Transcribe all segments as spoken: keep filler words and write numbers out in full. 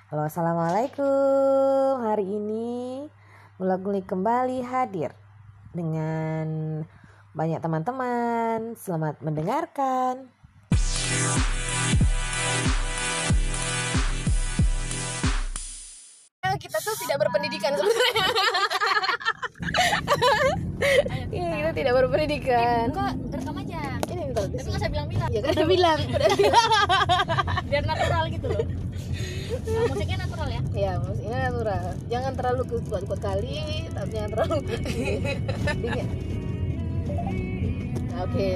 Halo, assalamualaikum. Hari ini Ngulik-Ngulik kembali hadir dengan banyak teman-teman. Selamat mendengarkan. Kita tuh tidak berpendidikan sebenarnya. Iya, kita tidak berpendidikan. Kok rekam aja. Ini bentar. Tapi nggak usah bilang-bilang. Ya kan udah bilang. Biar natural gitu loh. Nah, musiknya natural ya. Iya, musiknya natural. Jangan terlalu kuat-kuat kali, tapi jangan terlalu dingin. Oke.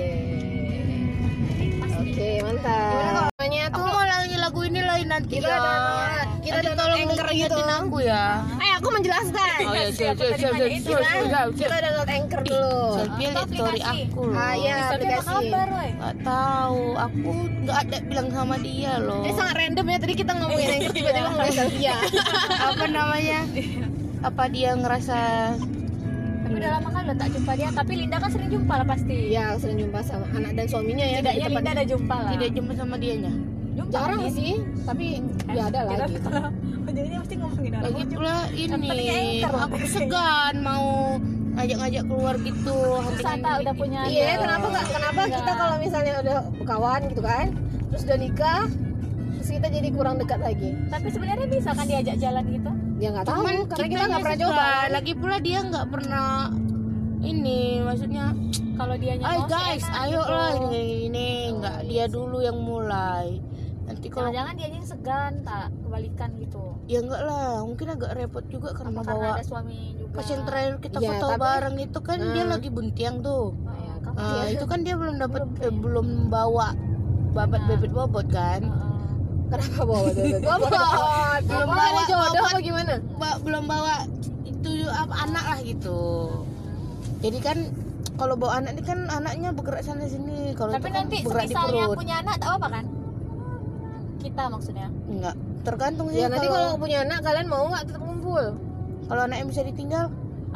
Oke, mantap. Namanya tuh Aku mau lagi lagu ini lain nanti kita ya. ada kita Nanti ada tolong anchor gitu. ingetin aku ya. Eh, aku menjelaskan. Oh ya, siap siap siap siap Kita, siap siap. kita download anchor dulu. Selfie lihat story aku loh. Ah, iya, Tapi apa aplikasi. kabar, woy? Gak tahu, aku nggak ada bilang sama dia loh. Ini sangat random ya, tadi kita ngomongin anchor tiba-tiba ngomongin selfie ya. Apa namanya? Apa dia ngerasa Tapi udah lama kan udah tak jumpa dia. Tapi Linda kan sering jumpa lah pasti. Iya, sering jumpa sama anak dan suaminya ya. di Tidaknya tempat- Linda ada jumpa lah. tidak jumpa sama dianya? Jumpa Jarang kan, sih, tapi ya ada lah Kira- gitu. Jadinya mesti ngomongin orang. Lagi pula penting ini, anchor. aku segan mau ngajak-ngajak keluar gitu. Wisata udah punya. Iya, anak. kenapa nggak? Kenapa Enggak. kita kalau misalnya udah kawan gitu kan, terus udah nikah, terus kita jadi kurang dekat lagi? Tapi sebenarnya bisa kan diajak jalan gitu. Ya nggak tahu, Cuman karena kita kitanya nggak pernah segan. coba. kan? Lagi pula dia nggak pernah ini, maksudnya Kalau dia Ay guys, ayo lah ini ini nggak dia dulu yang mulai. Nanti kalau Jangan-jangan dia yang segan tak kebalikan gitu. ya enggak lah, mungkin agak repot juga karena Apa karena bawa ada suami juga. pas yang terakhir kita Ya, foto tapi- bareng itu kan dia Hmm. lagi buntiang tuh. Oh, ya, kamu Ah, dia. itu kan dia belum dapat Belum eh, belum bawa babat Nah. bebet bobot kan. Heeh. Kenapa bawa bebek? Bobot. Belum Belum bawa ada jodoh bobot. apa gimana? Ba- belum bawa itu apa anak lah gitu. Jadi kan kalau bawa anak ini kan anaknya bergerak sana sini. Kalau Tapi itu kan nanti bergerak di misalnya perut. punya anak tak apa kan? Kita maksudnya. Enggak, tergantung sih Ya nanti kalau kalau punya anak kalian mau nggak tetap ngumpul? kalau anaknya bisa ditinggal.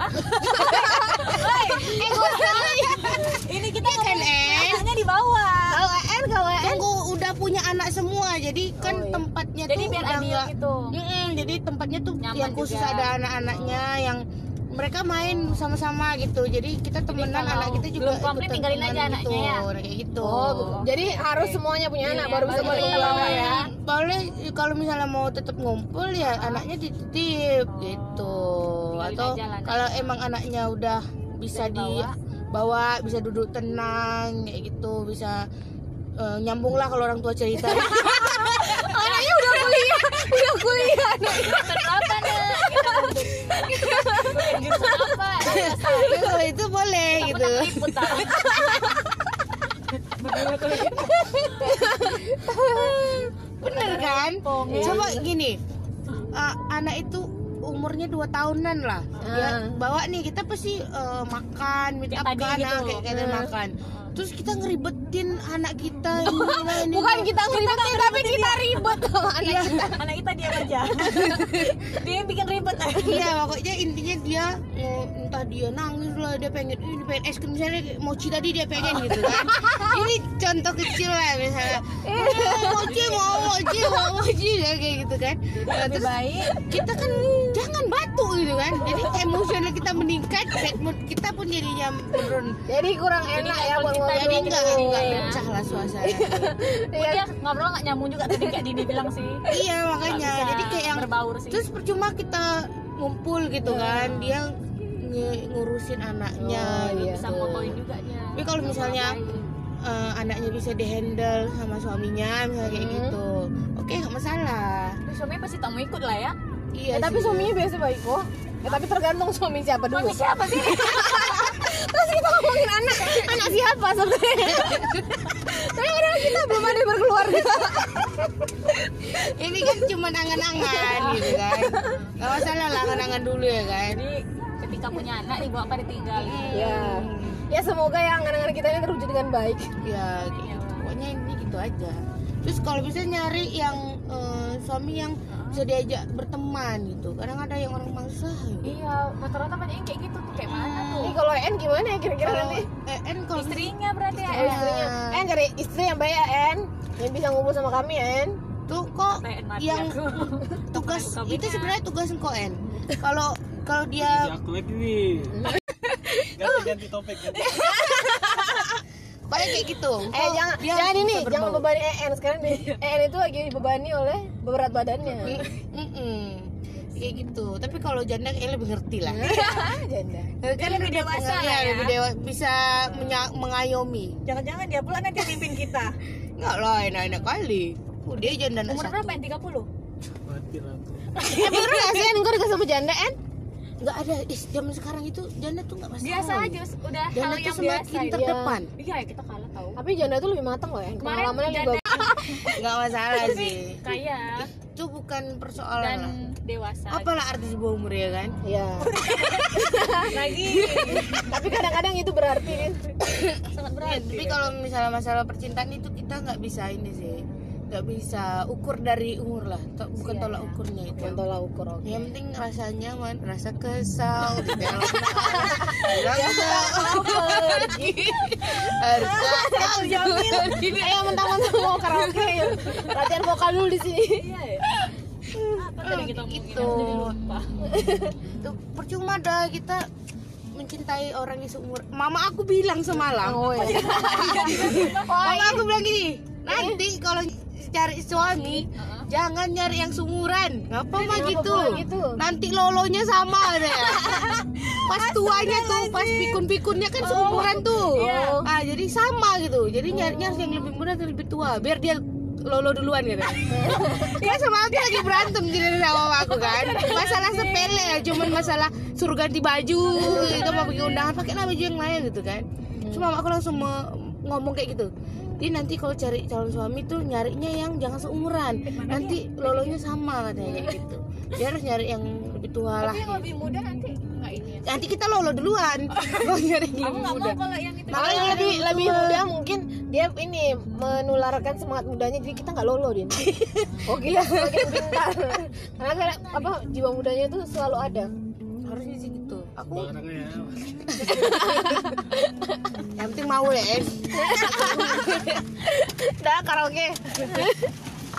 Ini kita kan, ngomongin En? anaknya di bawah. Kalau En, kalau En, Tunggu udah punya anak semua, jadi kan Oh, iya. tempatnya Jadi tuh biar udah adil nggak. gitu. Mm-mm, jadi tempatnya tuh Nyaman yang khusus juga. ada anak-anaknya yang mereka main sama-sama gitu. Jadi kita temenan kalau anak kita juga belum komplit ikutan tinggalin temenan aja anaknya gitu. ya? Nah, kayak gitu. oh, jadi harus semuanya punya anak Iya, baru bisa baru balik kita ke bawa bawah ya. ya. Boleh kalau misalnya mau tetap ngumpul ya anaknya dititip Oh, gitu. tinggalin Atau aja lah kalau emang anaknya udah bisa Bisa dibawa. dibawa, bisa duduk tenang kayak gitu, bisa eh, nyambung lah kalau orang tua cerita. Anaknya udah kuliah, udah kuliah. Jurusan apa nak? Gitu. Jurusan apa? Tapi kalau itu boleh gitu. Liput tak? Bener kan? Iya. Coba gini, uh, anak itu umurnya dua tahunan lah. Dia Ah. bawa nih kita pasti uh, makan, meet Kayak up tadi kan, gitu. ah, kayak kita Hmm. makan. Terus kita ngeribetin anak kita. ini, ini, Bukan ini. kita ngeribetin, tapi kita ribet sama anak Iya. kita. Anak kita diam aja. Dia yang bikin ribet. Iya, pokoknya intinya dia mau entah dia nangis lah, dia pengen ini pengen es krim misalnya mochi tadi dia pengen gitu kan. Ini contoh kecil lah misalnya. Oh, mochi mau mochi mau mochi ya, kayak gitu kan. Nah, Lebih terus baik. kita kan jangan batu gitu kan. Jadi emosional kita meningkat, bad mood kita pun jadinya menurun. Jadi kurang enak ya buat kita Jadi ngobrol enggak gitu. enggak ya. pecah lah suasana. Iya. Dia ngobrol nggak nyambung juga tadi kayak Dini bilang sih. Iya makanya. Nggak bisa Jadi kayak yang berbaur sih. terus percuma kita ngumpul gitu kan. Dia nge- ngurusin anaknya Oh, gitu. iya. bisa motoin juga dia. Tapi kalau misalnya eh, anaknya bisa dihandle sama suaminya misalnya kayak Hmm. gitu, oke nggak masalah. Terus suaminya pasti tak mau ikut lah ya. Iya. Ya, tapi sih. suaminya biasa baik kok. Ya, tapi tergantung suami siapa dulu. Suami siapa sih? Terus kita ngomongin anak, anak siapa sebenarnya? Tapi padahal kita belum ada yang berkeluarga. Ini kan cuma angan-angan gitu kan. Gak masalah lah angan-angan dulu ya kan. Jadi ketika punya anak dibawa pada tinggal. Ya, ya semoga ya angan-angan kita ini terwujud dengan baik. Ya gitu. Pokoknya ini gitu aja. Terus kalau bisa nyari yang eh, suami yang bisa diajak berteman gitu. Kadang ada yang orang mangsa gitu. Iya, rata-rata banyak yang kayak gitu tuh. Kayak mana tuh? Ini kalau En gimana ya kira-kira Kalau nanti? eh, En kalau Istrinya berarti ya. Oh, istrinya. En cari istri yang baik ya En, yang bisa ngumpul sama kami ya En. tuh kok Teenat yang aku. tugas Temen itu kabinnya. sebenarnya tugas koen. Kalau kalau dia aku lagi nih. Ganti-ganti topik ganti. kayak kayak gitu. Eh Kok jangan dia jangan ini, bisa jangan berbau. bebani E N sekarang nih. E N itu lagi dibebani oleh berat badannya. Mm-mm. Kayak gitu. Tapi kalau janda kayaknya lebih ngerti lah. Janda. Kan lebih dewasa lah ya. lebih dewa, bisa menya- mengayomi. Jangan-jangan dia pula nanti yang mimpin kita. Enggak lah, enak-enak kali. Oh, dia janda anak Umur satu. berapa? tiga puluh? Mati lah aku. Eh bener gak sih En kau dikasih sama janda En? Enggak ada. Is, zaman sekarang itu janda tuh enggak masalah. Biasa aja, udah hal Janda tuh yang semakin biasa. Iya. terdepan. Iya, ya kita kalah tahu. Tapi janda tuh lebih matang loh En. Kemarin Pengalamannya janda lebih bagus. Enggak masalah sih. kaya Itu bukan persoalan dan lah. dewasa. Apalah arti sebuah umur ya kan? Iya. Lagi Tapi kadang-kadang itu berarti kan. sangat Ya, berarti. tapi kalau misalnya masalah percintaan itu kita nggak bisa ini sih, nggak bisa ukur dari umur lah, To- bukan Iya, tolak iya. ukurnya itu. Bukan tolak ukur. Oke. Yang penting rasa nyaman, rasa kesal, di dalam rasa pergi, harga Ayo mentang-mentang mau karaoke. Latihan vokal dulu di sini. Iya ya. Apa tadi kita ngomongin? Gitu. Aku jadi lupa. Tuh, percuma dah kita mencintai orang yang seumur. Mama aku bilang semalam. Oh iya. Mama aku bilang gini, nanti kalau cari suami jangan nyari yang seumuran. Ngapa mah Kenapa gitu? pula gitu? Nanti lolonya sama deh. Pas tuanya tuh, pas pikun-pikunnya kan seumuran tuh. Iya. Ah, jadi sama gitu. Jadi nyarinya harus yang lebih muda atau lebih tua, biar dia lolo duluan gitu. Ya sama aku lagi berantem jadi sama mama aku kan. Masalah sepele ya, cuman masalah suruh ganti baju, itu mau pergi undangan pakai baju yang lain gitu kan. Cuma mama aku langsung me- ngomong kayak gitu. Jadi nanti kalau cari calon suami tuh nyarinya yang jangan seumuran. Nanti lolonya sama katanya kayak gitu. Dia harus nyari yang lebih tua lah. Tapi yang lebih muda nanti nggak ini ya. Nanti kita lolo duluan. Mau nyari yang Aku lebih nggak muda. mau kalau yang itu. Makanya Makanya lebih itu. lebih muda mungkin dia ini menularkan semangat mudanya jadi kita nggak lolo Din. Oh gila semakin pintar. Karena kan, apa jiwa mudanya itu selalu ada. Harusnya sih gitu. Aku Orangnya ya. yang penting mau ya. Dah karaoke.